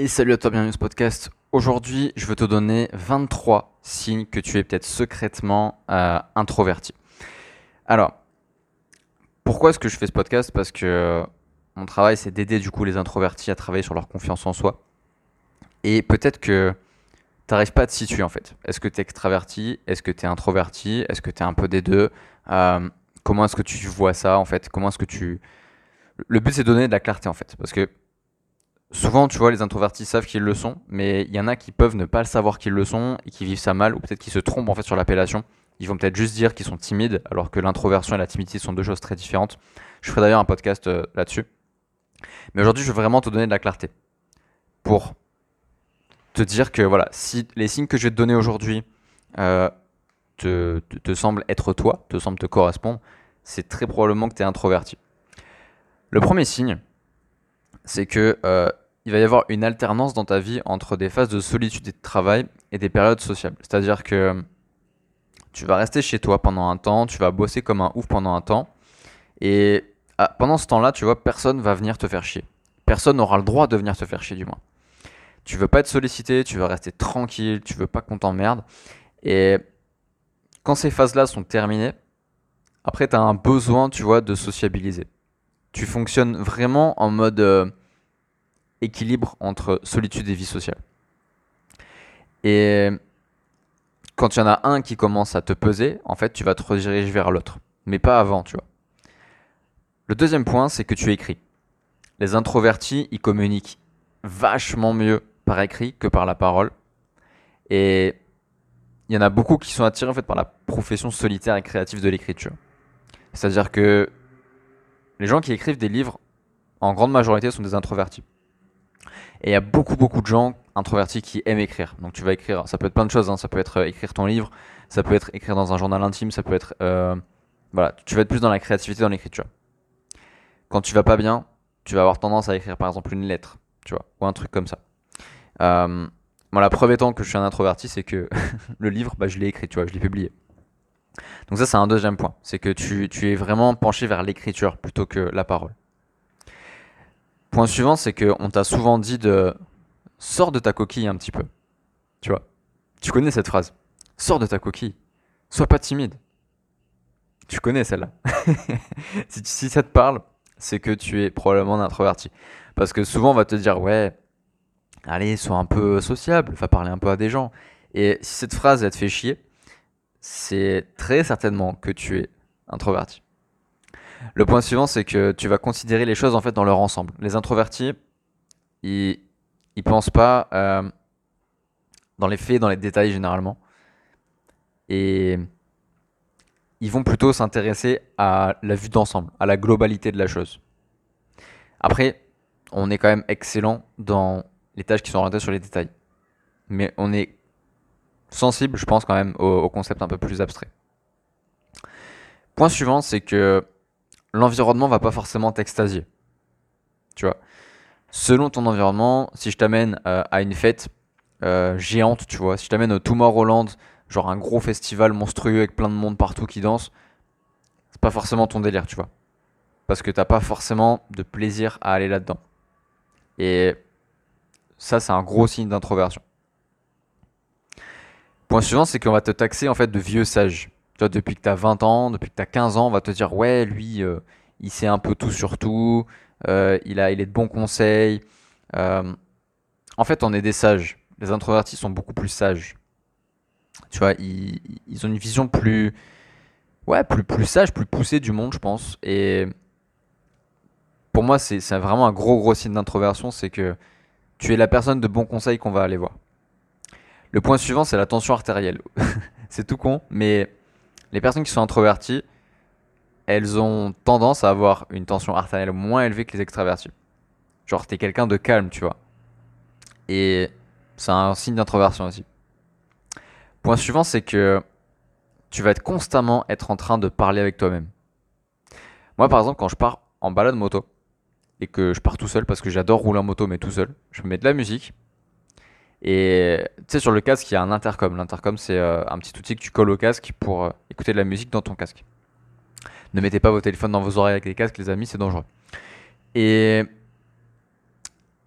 Et salut à toi, bienvenue dans ce podcast. Aujourd'hui, je veux te donner 23 signes que tu es peut-être secrètement introverti. Alors, pourquoi est-ce que je fais ce podcast? Parce que mon travail, c'est d'aider du coup les introvertis à travailler sur leur confiance en soi. Et peut-être que tu n'arrives pas à te situer en fait. Est-ce que tu es extraverti? Est-ce que tu es introverti? Est-ce que tu es un peu des deux? Euh, Comment est-ce que tu vois ça en fait? Comment est-ce que tu... Le but, c'est de donner de la clarté en fait. Parce que souvent, tu vois, les introvertis savent qu'ils le sont, mais il y en a qui peuvent ne pas le savoir qu'ils le sont et qui vivent ça mal, ou peut-être qu'ils se trompent en fait sur l'appellation. Ils vont peut-être juste dire qu'ils sont timides, alors que l'introversion et la timidité sont deux choses très différentes. Je ferai d'ailleurs un podcast là-dessus. Mais aujourd'hui, je veux vraiment te donner de la clarté pour te dire que voilà, si les signes que je vais te donner aujourd'hui euh, te semblent être toi, te semblent te correspondre, c'est très probablement que tu es introverti. Le premier signe, c'est que il va y avoir une alternance dans ta vie entre des phases de solitude et de travail et des périodes sociables. C'est-à-dire que tu vas rester chez toi pendant un temps, tu vas bosser comme un ouf pendant un temps, et pendant ce temps-là, tu vois, personne va venir te faire chier. Personne n'aura le droit de venir te faire chier, du moins. Tu veux pas être sollicité, tu veux rester tranquille, tu veux pas qu'on t'emmerde. Et quand ces phases-là sont terminées, après, tu as un besoin, tu vois, de sociabiliser. Tu fonctionnes vraiment en mode équilibre entre solitude et vie sociale. Et quand il y en a un qui commence à te peser, en fait, tu vas te rediriger vers l'autre. Mais pas avant, tu vois. Le deuxième point, c'est que tu écris. Les introvertis, ils communiquent vachement mieux par écrit que par la parole. Et il y en a beaucoup qui sont attirés en fait par la profession solitaire et créative de l'écriture. C'est-à-dire que les gens qui écrivent des livres, en grande majorité, sont des introvertis. Et il y a beaucoup de gens introvertis qui aiment écrire. Donc tu vas écrire, ça peut être plein de choses, hein. Ça peut être écrire ton livre, ça peut être écrire dans un journal intime, ça peut être... voilà, tu vas être plus dans la créativité, dans l'écriture. Quand tu vas pas bien, tu vas avoir tendance à écrire par exemple une lettre, tu vois, ou un truc comme ça. Moi, la preuve étant que je suis un introverti, c'est que le livre, bah, je l'ai écrit, tu vois, je l'ai publié. Donc ça, c'est un deuxième point. C'est que tu es vraiment penché vers l'écriture plutôt que la parole. Point suivant, c'est qu'on t'a souvent dit de... Sors de ta coquille un petit peu, tu vois. Tu connais cette phrase. Sors de ta coquille. Sois pas timide. Tu connais celle-là. Si ça te parle, c'est que tu es probablement un introverti. Parce que souvent, on va te dire, ouais, allez, sois un peu sociable, va parler un peu à des gens. Et si cette phrase, elle te fait chier, c'est très certainement que tu es introverti. Le point suivant, c'est que tu vas considérer les choses en fait dans leur ensemble. Les introvertis, ils, ils pensent pas dans les faits, dans les détails généralement. Et ils vont plutôt s'intéresser à la vue d'ensemble, à la globalité de la chose. Après, on est quand même excellent dans les tâches qui sont orientées sur les détails. Mais on est sensible, je pense, quand même au concept un peu plus abstrait. Point suivant, c'est que l'environnement va pas forcément t'extasier. Tu vois, selon ton environnement, si je t'amène à une fête géante, tu vois, si je t'amène au Tomorrowland, genre un gros festival monstrueux avec plein de monde partout qui danse, c'est pas forcément ton délire, tu vois. Parce que t'as pas forcément de plaisir à aller là-dedans. Et ça, c'est un gros signe d'introversion. Point suivant, c'est qu'on va te taxer en fait de vieux sage. Tu vois, depuis que t'as 20 ans, depuis que t'as 15 ans, on va te dire ouais, lui, il sait un peu tout sur tout, il est de bons conseils. Euh, En fait, on est des sages. Les introvertis sont beaucoup plus sages. Tu vois, ils ont une vision plus, ouais, plus sage, plus poussée du monde, je pense. Et pour moi, c'est vraiment un gros signe d'introversion, c'est que tu es la personne de bons conseils qu'on va aller voir. Le point suivant, c'est la tension artérielle. C'est tout con, mais les personnes qui sont introverties, elles ont tendance à avoir une tension artérielle moins élevée que les extravertis. Genre, t'es quelqu'un de calme, tu vois. Et c'est un signe d'introversion aussi. Point suivant, c'est que tu vas être constamment être en train de parler avec toi-même. Moi, par exemple, quand je pars en balade moto et que je pars tout seul parce que j'adore rouler en moto, mais tout seul, je me mets de la musique. Et tu sais, sur le casque, il y a un intercom. L'intercom, c'est un petit outil que tu colles au casque pour écouter de la musique dans ton casque. Ne mettez pas vos téléphones dans vos oreilles avec les casques, les amis, c'est dangereux. Et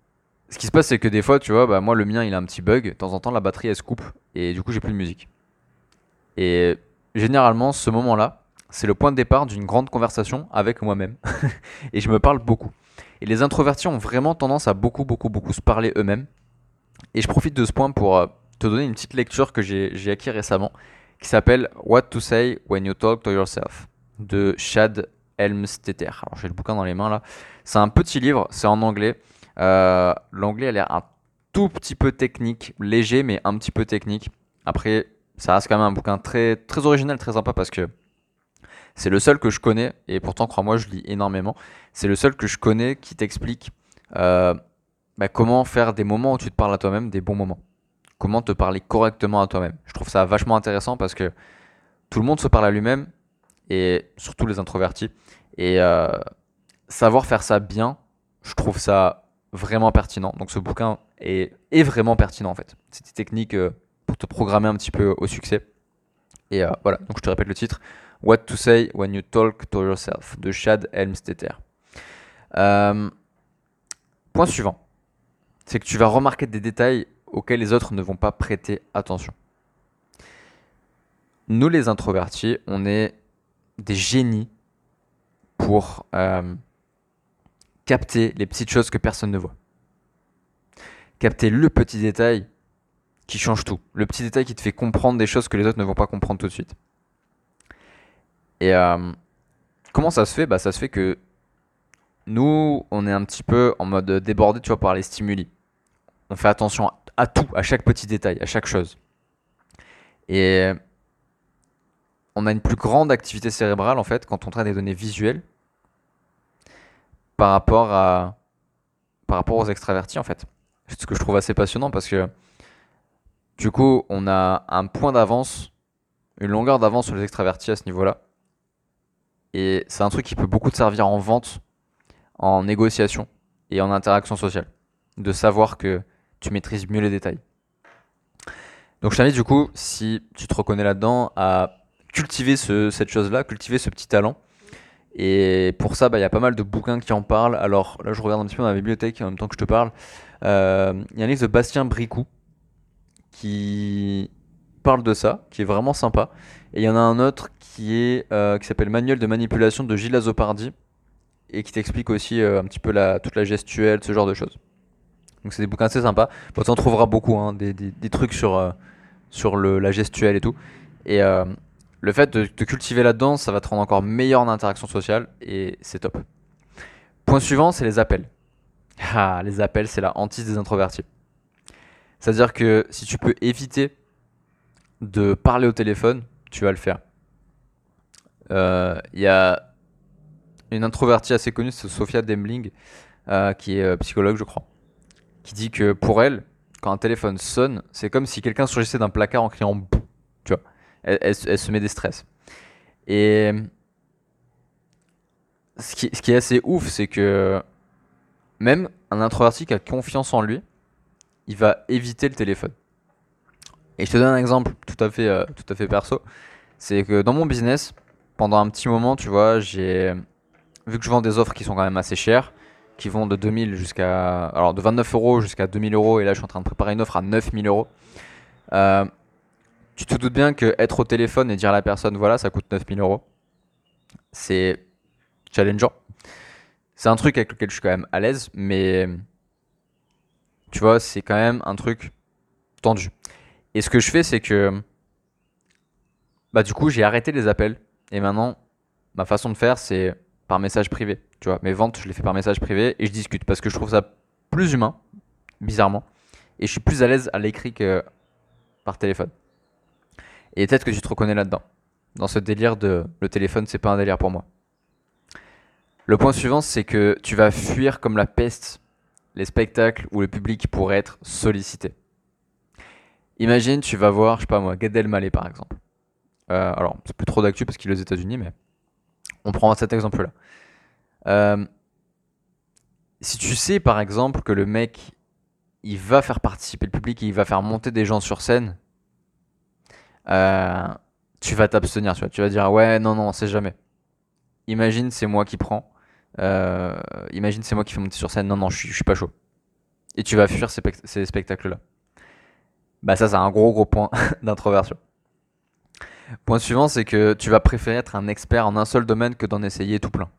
Ce qui se passe, c'est que des fois, tu vois, bah, moi, le mien, il a un petit bug. De temps en temps, la batterie, elle se coupe. Et du coup, j'ai plus de musique. Et généralement, ce moment-là, c'est le point de départ d'une grande conversation avec moi-même. Et je me parle beaucoup. Et les introvertis ont vraiment tendance à beaucoup, beaucoup, beaucoup se parler eux-mêmes. Et je profite de ce point pour te donner une petite lecture que j'ai acquis récemment, qui s'appelle What to Say When You Talk to Yourself, de Chad Helmstetter. Alors j'ai le bouquin dans les mains là. C'est un petit livre, c'est en anglais. L'anglais a l'air un tout petit peu technique, léger mais un petit peu technique. Après, ça reste quand même un bouquin très, très original, très sympa parce que c'est le seul que je connais, et pourtant crois-moi je lis énormément, c'est le seul que je connais qui t'explique euh, comment faire des moments où tu te parles à toi-même des bons moments. Comment te parler correctement à toi-même. Je trouve ça vachement intéressant parce que tout le monde se parle à lui-même, et surtout les introvertis. Et savoir faire ça bien, je trouve ça vraiment pertinent. Donc ce bouquin est vraiment pertinent en fait. C'est des techniques pour te programmer un petit peu au succès. Et voilà, donc je te répète le titre. What to say when you talk to yourself, de Chad Helmstetter. Euh, Point suivant, c'est que tu vas remarquer des détails auxquels les autres ne vont pas prêter attention. Nous les introvertis, on est des génies pour capter les petites choses que personne ne voit. Capter le petit détail qui change tout. Le petit détail qui te fait comprendre des choses que les autres ne vont pas comprendre tout de suite. Et comment ça se fait? Bah, ça se fait que nous, on est un petit peu en mode débordé, tu vois, par les stimuli. On fait attention à tout, à chaque petit détail, à chaque chose. Et on a une plus grande activité cérébrale, en fait, quand on traite des données visuelles par rapport aux extravertis, en fait. C'est ce que je trouve assez passionnant parce que, du coup, on a un point d'avance, une longueur d'avance sur les extravertis à ce niveau-là. Et c'est un truc qui peut beaucoup te servir en vente, en négociation et en interaction sociale. De savoir que tu maîtrises mieux les détails. Donc je t'invite du coup, si tu te reconnais là-dedans, à cultiver cette chose-là, cultiver ce petit talent. Et pour ça, bah, il y a pas mal de bouquins qui en parlent. Alors là, je regarde un petit peu dans la bibliothèque en même temps que je te parle. Il y a un livre de Bastien Bricou qui parle de ça, qui est vraiment sympa. Et il y en a un autre qui s'appelle Manuel de manipulation de Gilles Azopardi et qui t'explique aussi un petit peu toute la gestuelle, ce genre de choses. Donc c'est des bouquins assez sympas. Bon, tu en trouveras beaucoup, hein, des trucs sur la gestuelle et tout. Et le fait de te cultiver là-dedans, ça va te rendre encore meilleur en interaction sociale et c'est top. Point suivant, c'est les appels. Ah, les appels, c'est la hantise des introvertis. C'est-à-dire que si tu peux éviter de parler au téléphone, tu vas le faire. Il y a une introvertie assez connue, c'est Sophia Demling, qui est psychologue, je crois, qui dit que pour elle, quand un téléphone sonne, c'est comme si quelqu'un surgissait d'un placard en criant bouh. Tu vois, elle se met des stress. Et ce qui est assez ouf, c'est que même un introverti qui a confiance en lui, il va éviter le téléphone. Et je te donne un exemple tout à fait perso. C'est que dans mon business, pendant un petit moment, tu vois, vu que je vends des offres qui sont quand même assez chères, qui vont de 2000 alors de 29 euros jusqu'à 2000 euros, et là je suis en train de préparer une offre à 9000 euros. Euh, Tu te doutes bien que être au téléphone et dire à la personne, voilà, ça coûte 9000 euros, c'est challengeant. C'est un truc avec lequel je suis quand même à l'aise, mais tu vois, c'est quand même un truc tendu. Et ce que je fais, c'est que, bah, du coup, j'ai arrêté les appels. Et maintenant, ma façon de faire, c'est par message privé. Tu vois, mes ventes, je les fais par message privé et je discute parce que je trouve ça plus humain, bizarrement. Et je suis plus à l'aise à l'écrit que par téléphone. Et peut-être que tu te reconnais là-dedans. Dans ce délire de le téléphone, c'est pas un délire pour moi. Le point suivant, c'est que tu vas fuir comme la peste les spectacles où le public pourrait être sollicité. Imagine, tu vas voir, je sais pas moi, Gad Elmaleh par exemple. Alors, c'est plus trop d'actu parce qu'il est aux États-Unis, mais on prend cet exemple-là. Euh, Si tu sais par exemple que le mec, il va faire participer le public et il va faire monter des gens sur scène, euh, tu vas t'abstenir, tu vois. Tu vas dire ouais, non, non, on sait jamais. Imagine, c'est moi qui prends. Imagine, c'est moi qui fais monter sur scène. Non, non, je suis pas chaud. et tu vas fuir ces spectacles-là. Bah ça, c'est un gros point d'introversion. Point suivant, c'est que tu vas préférer être un expert en un seul domaine que d'en essayer tout plein.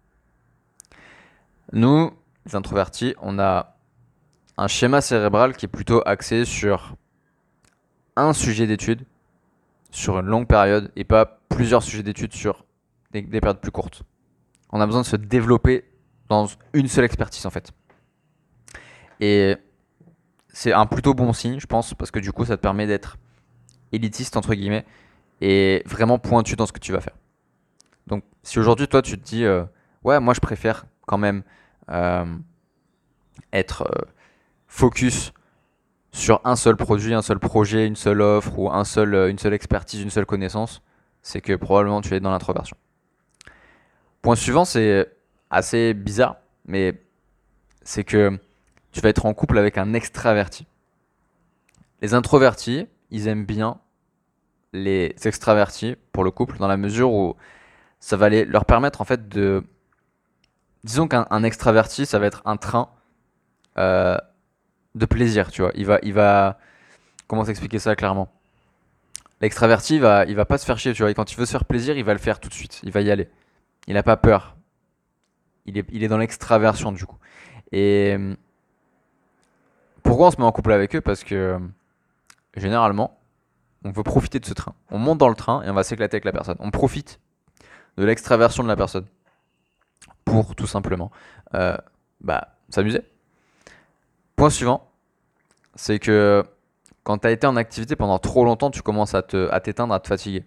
Nous, les introvertis, on a un schéma cérébral qui est plutôt axé sur un sujet d'étude sur une longue période et pas plusieurs sujets d'études sur des périodes plus courtes. On a besoin de se développer dans une seule expertise en fait. Et c'est un plutôt bon signe, je pense, parce que du coup, ça te permet d'être élitiste entre guillemets et vraiment pointu dans ce que tu vas faire. Donc, si aujourd'hui toi tu te dis, ouais, moi je préfère quand même euh, être focus sur un seul produit, un seul projet, une seule offre ou une seule expertise, une seule connaissance, c'est que probablement tu es dans l'introversion. Point suivant, c'est assez bizarre, mais c'est que tu vas être en couple avec un extraverti. Les introvertis, ils aiment bien les extravertis pour le couple dans la mesure où ça va leur permettre en fait de... Disons qu'un extraverti, ça va être un train euh, de plaisir, tu vois. Comment t'expliquer ça clairement? L'extraverti, il va pas se faire chier, tu vois. Et quand il veut se faire plaisir, il va le faire tout de suite. Il va y aller. Il n'a pas peur. Il est dans l'extraversion du coup. Et pourquoi on se met en couple avec eux? Parce que généralement, on veut profiter de ce train. On monte dans le train et on va s'éclater avec la personne. On profite de l'extraversion de la personne pour tout simplement s'amuser. Point suivant, c'est que quand tu as été en activité pendant trop longtemps, tu commences à t'éteindre, à te fatiguer.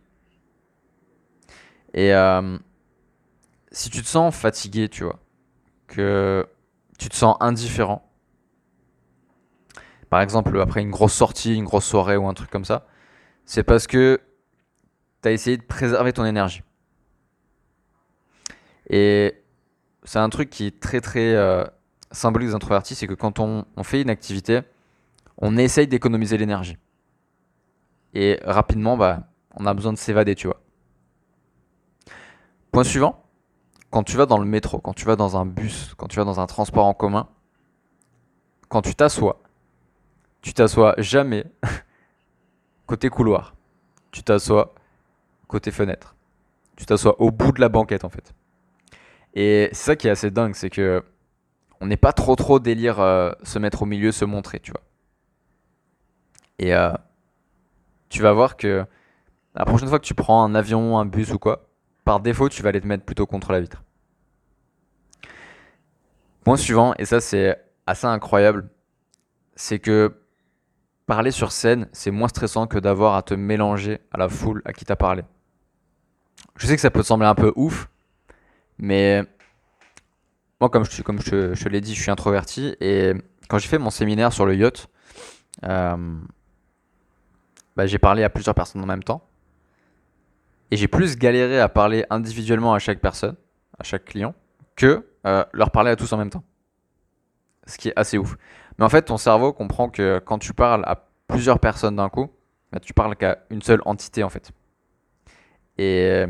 Et si tu te sens fatigué, tu vois, que tu te sens indifférent, par exemple après une grosse sortie, une grosse soirée ou un truc comme ça, c'est parce que tu as essayé de préserver ton énergie. Et c'est un truc qui est très très symbolique des introvertis, c'est que quand on fait une activité, on essaye d'économiser l'énergie. Et rapidement, on a besoin de s'évader, tu vois. Point suivant, quand tu vas dans le métro, quand tu vas dans un bus, quand tu vas dans un transport en commun, quand tu t'assois jamais côté couloir. Tu t'assois côté fenêtre. Tu t'assois au bout de la banquette en fait. Et c'est ça qui est assez dingue, c'est que on n'est pas trop délire se mettre au milieu, se montrer, tu vois. Et tu vas voir que la prochaine fois que tu prends un avion, un bus ou quoi, par défaut, tu vas aller te mettre plutôt contre la vitre. Point suivant, et ça c'est assez incroyable, c'est que parler sur scène, c'est moins stressant que d'avoir à te mélanger à la foule à qui t'as parlé. Je sais que ça peut te sembler un peu ouf, mais moi, je te l'ai dit, je suis introverti, et quand j'ai fait mon séminaire sur le yacht, euh, j'ai parlé à plusieurs personnes en même temps, et j'ai plus galéré à parler individuellement à chaque personne, à chaque client, que leur parler à tous en même temps. Ce qui est assez ouf. Mais en fait, ton cerveau comprend que quand tu parles à plusieurs personnes d'un coup, tu parles qu'à une seule entité en fait. Et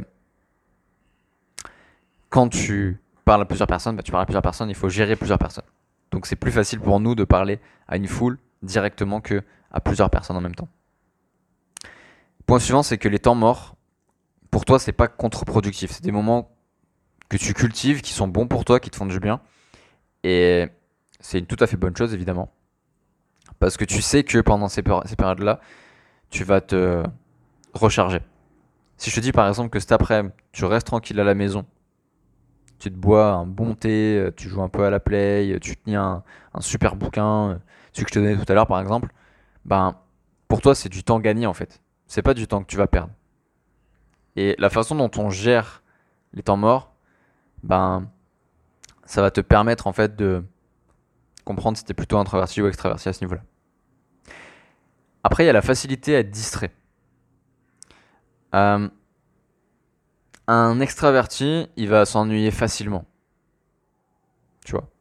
quand tu parles à plusieurs personnes, tu parles à plusieurs personnes, il faut gérer plusieurs personnes. Donc c'est plus facile pour nous de parler à une foule directement que à plusieurs personnes en même temps. Point suivant, c'est que les temps morts, pour toi, c'est pas contre-productif. C'est des moments que tu cultives, qui sont bons pour toi, qui te font du bien. Et c'est une tout à fait bonne chose, évidemment. Parce que tu sais que pendant ces périodes-là, tu vas te recharger. Si je te dis par exemple que cet après-midi, tu restes tranquille à la maison, tu te bois un bon thé, tu joues un peu à la play, tu te lis un super bouquin, celui que je te donnais tout à l'heure par exemple, pour toi c'est du temps gagné en fait. C'est pas du temps que tu vas perdre. Et la façon dont on gère les temps morts, ça va te permettre en fait de comprendre si t'es plutôt introverti ou extraverti à ce niveau-là. Après, il y a la facilité à être distrait. Euh, un extraverti, il va s'ennuyer facilement. Tu vois.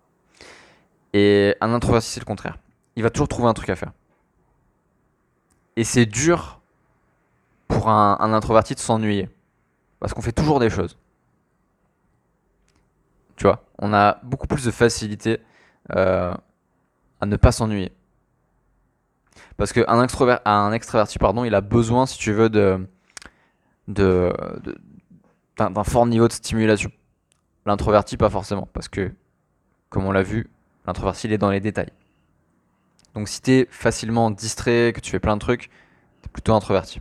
Et un introverti, c'est le contraire. Il va toujours trouver un truc à faire. Et c'est dur pour un introverti de s'ennuyer. Parce qu'on fait toujours des choses. Tu vois. On a beaucoup plus de facilité à ne pas s'ennuyer. Parce qu'un extraverti, pardon, il a besoin, si tu veux, de, de- d'un fort niveau de stimulation. L'introverti, pas forcément, parce que, comme on l'a vu, l'introverti, il est dans les détails. Donc si t'es facilement distrait, que tu fais plein de trucs, t'es plutôt introverti.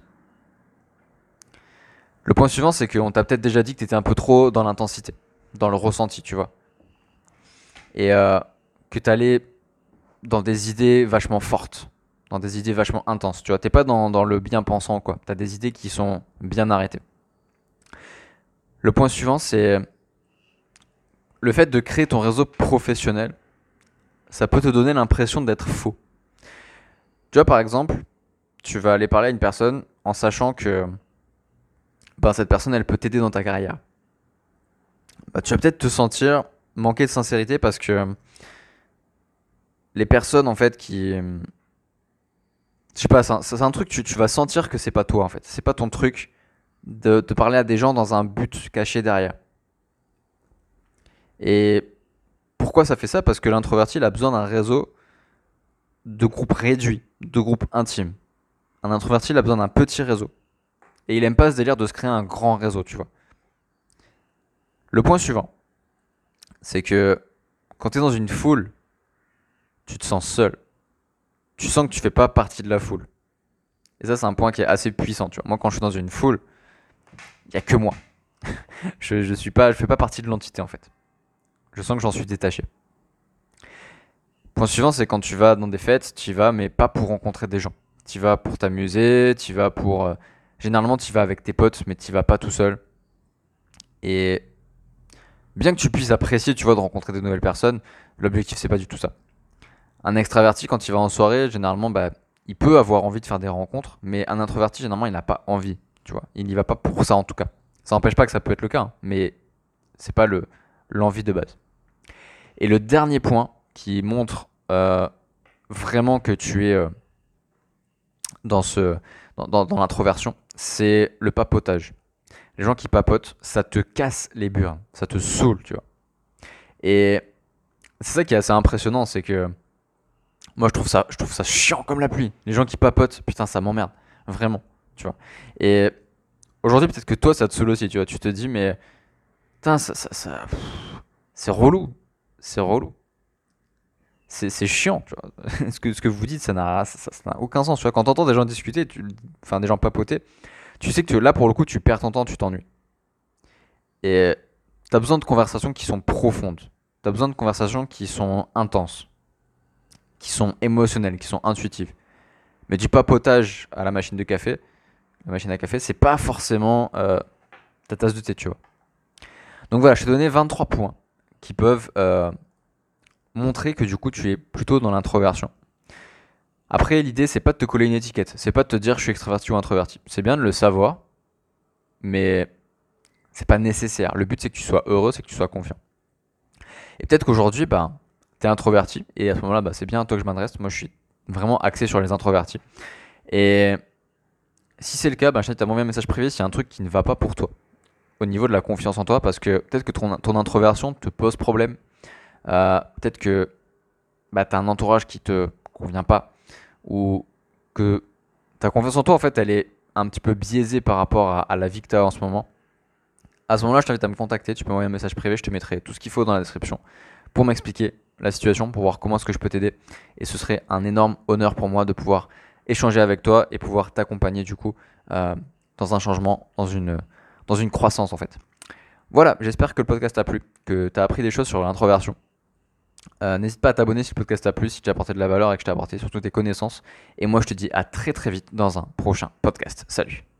Le point suivant, c'est qu'on t'a peut-être déjà dit que t'étais un peu trop dans l'intensité, dans le ressenti, tu vois. Et que t'allais dans des idées vachement fortes, dans des idées vachement intenses. Tu vois, t'es pas dans le bien pensant, quoi. T'as des idées qui sont bien arrêtées. Le point suivant, c'est le fait de créer ton réseau professionnel. Ça peut te donner l'impression d'être faux. Tu vois, par exemple, tu vas aller parler à une personne en sachant que ben, cette personne, elle peut t'aider dans ta carrière. Bah, tu vas peut-être te sentir manquer de sincérité parce que les personnes, en fait, qui... Je sais pas, c'est un truc, tu vas sentir que c'est pas toi, en fait. C'est pas ton truc de parler à des gens dans un but caché derrière. Et pourquoi ça fait ça? Parce que l'introverti, il a besoin d'un réseau de groupes réduits, de groupes intimes. Un introverti, il a besoin d'un petit réseau. Et il aime pas ce délire de se créer un grand réseau, tu vois. Le point suivant, c'est que quand tu es dans une foule, tu te sens seul. Tu sens que tu fais pas partie de la foule. Et ça, c'est un point qui est assez puissant, tu vois. Moi, quand je suis dans une foule, il y a que moi. Je fais pas partie de l'entité en fait. Je sens que j'en suis détaché. Point suivant, c'est quand tu vas dans des fêtes, tu y vas, mais pas pour rencontrer des gens. Tu y vas pour t'amuser, tu y vas pour. Généralement, tu y vas avec tes potes, mais tu y vas pas tout seul. Et bien que tu puisses apprécier, tu vois, de rencontrer de nouvelles personnes, l'objectif, c'est pas du tout ça. Un extraverti, quand il va en soirée, généralement, bah, il peut avoir envie de faire des rencontres, mais un introverti, généralement, il n'a pas envie, tu vois. Il n'y va pas pour ça, en tout cas. Ça n'empêche pas que ça peut être le cas, hein, mais c'est pas l'envie de base. Et le dernier point qui montre vraiment que tu es dans, dans l'introversion, c'est le papotage. Les gens qui papotent, ça te casse les burnes, ça te saoule, tu vois. Et c'est ça qui est assez impressionnant, c'est que moi je trouve ça chiant comme la pluie. Les gens qui papotent, putain, ça m'emmerde, vraiment, tu vois. Et aujourd'hui, peut-être que toi, ça te saoule aussi, tu vois. Tu te dis, mais putain, c'est relou, c'est relou. C'est chiant, tu vois. Ce que vous dites, ça n'a aucun sens. Tu vois, quand t'entends des gens discuter, enfin des gens papoter, tu sais que là, pour le coup, tu perds ton temps, tu t'ennuies. Et t'as besoin de conversations qui sont profondes. T'as besoin de conversations qui sont intenses, qui sont émotionnelles, qui sont intuitives. Mais du papotage à la machine de café, la machine à café, c'est pas forcément ta tasse de thé, tu vois. Donc voilà, je t'ai donné 23 points qui peuvent montrer que du coup, tu es plutôt dans l'introversion. Après, l'idée, c'est pas de te coller une étiquette. C'est pas de te dire je suis extraverti ou introverti. C'est bien de le savoir, mais c'est pas nécessaire. Le but, c'est que tu sois heureux, c'est que tu sois confiant. Et peut-être qu'aujourd'hui, bah, t'es introverti, et à ce moment-là, bah, c'est bien à toi que je m'adresse. Moi, je suis vraiment axé sur les introvertis. Et si c'est le cas, bah, je t'invite à m'envoyer un message privé s'il y a un truc qui ne va pas pour toi, au niveau de la confiance en toi, parce que peut-être que ton introversion te pose problème. Peut-être que bah, t'as un entourage qui te convient pas, ou que ta confiance en toi, en fait, elle est un petit peu biaisée par rapport à la vie que tu as en ce moment. À ce moment-là, je t'invite à me contacter. Tu peux m'envoyer un message privé. Je te mettrai tout ce qu'il faut dans la description pour m'expliquer la situation, pour voir comment est-ce que je peux t'aider. Et ce serait un énorme honneur pour moi de pouvoir échanger avec toi et pouvoir t'accompagner du coup dans un changement, dans une croissance en fait. Voilà, j'espère que le podcast t'a plu, que tu as appris des choses sur l'introversion. N'hésite pas à t'abonner si le podcast t'a plu, si tu as apporté de la valeur et que je t'ai apporté surtout tes connaissances. Et moi, je te dis à très très vite dans un prochain podcast. Salut!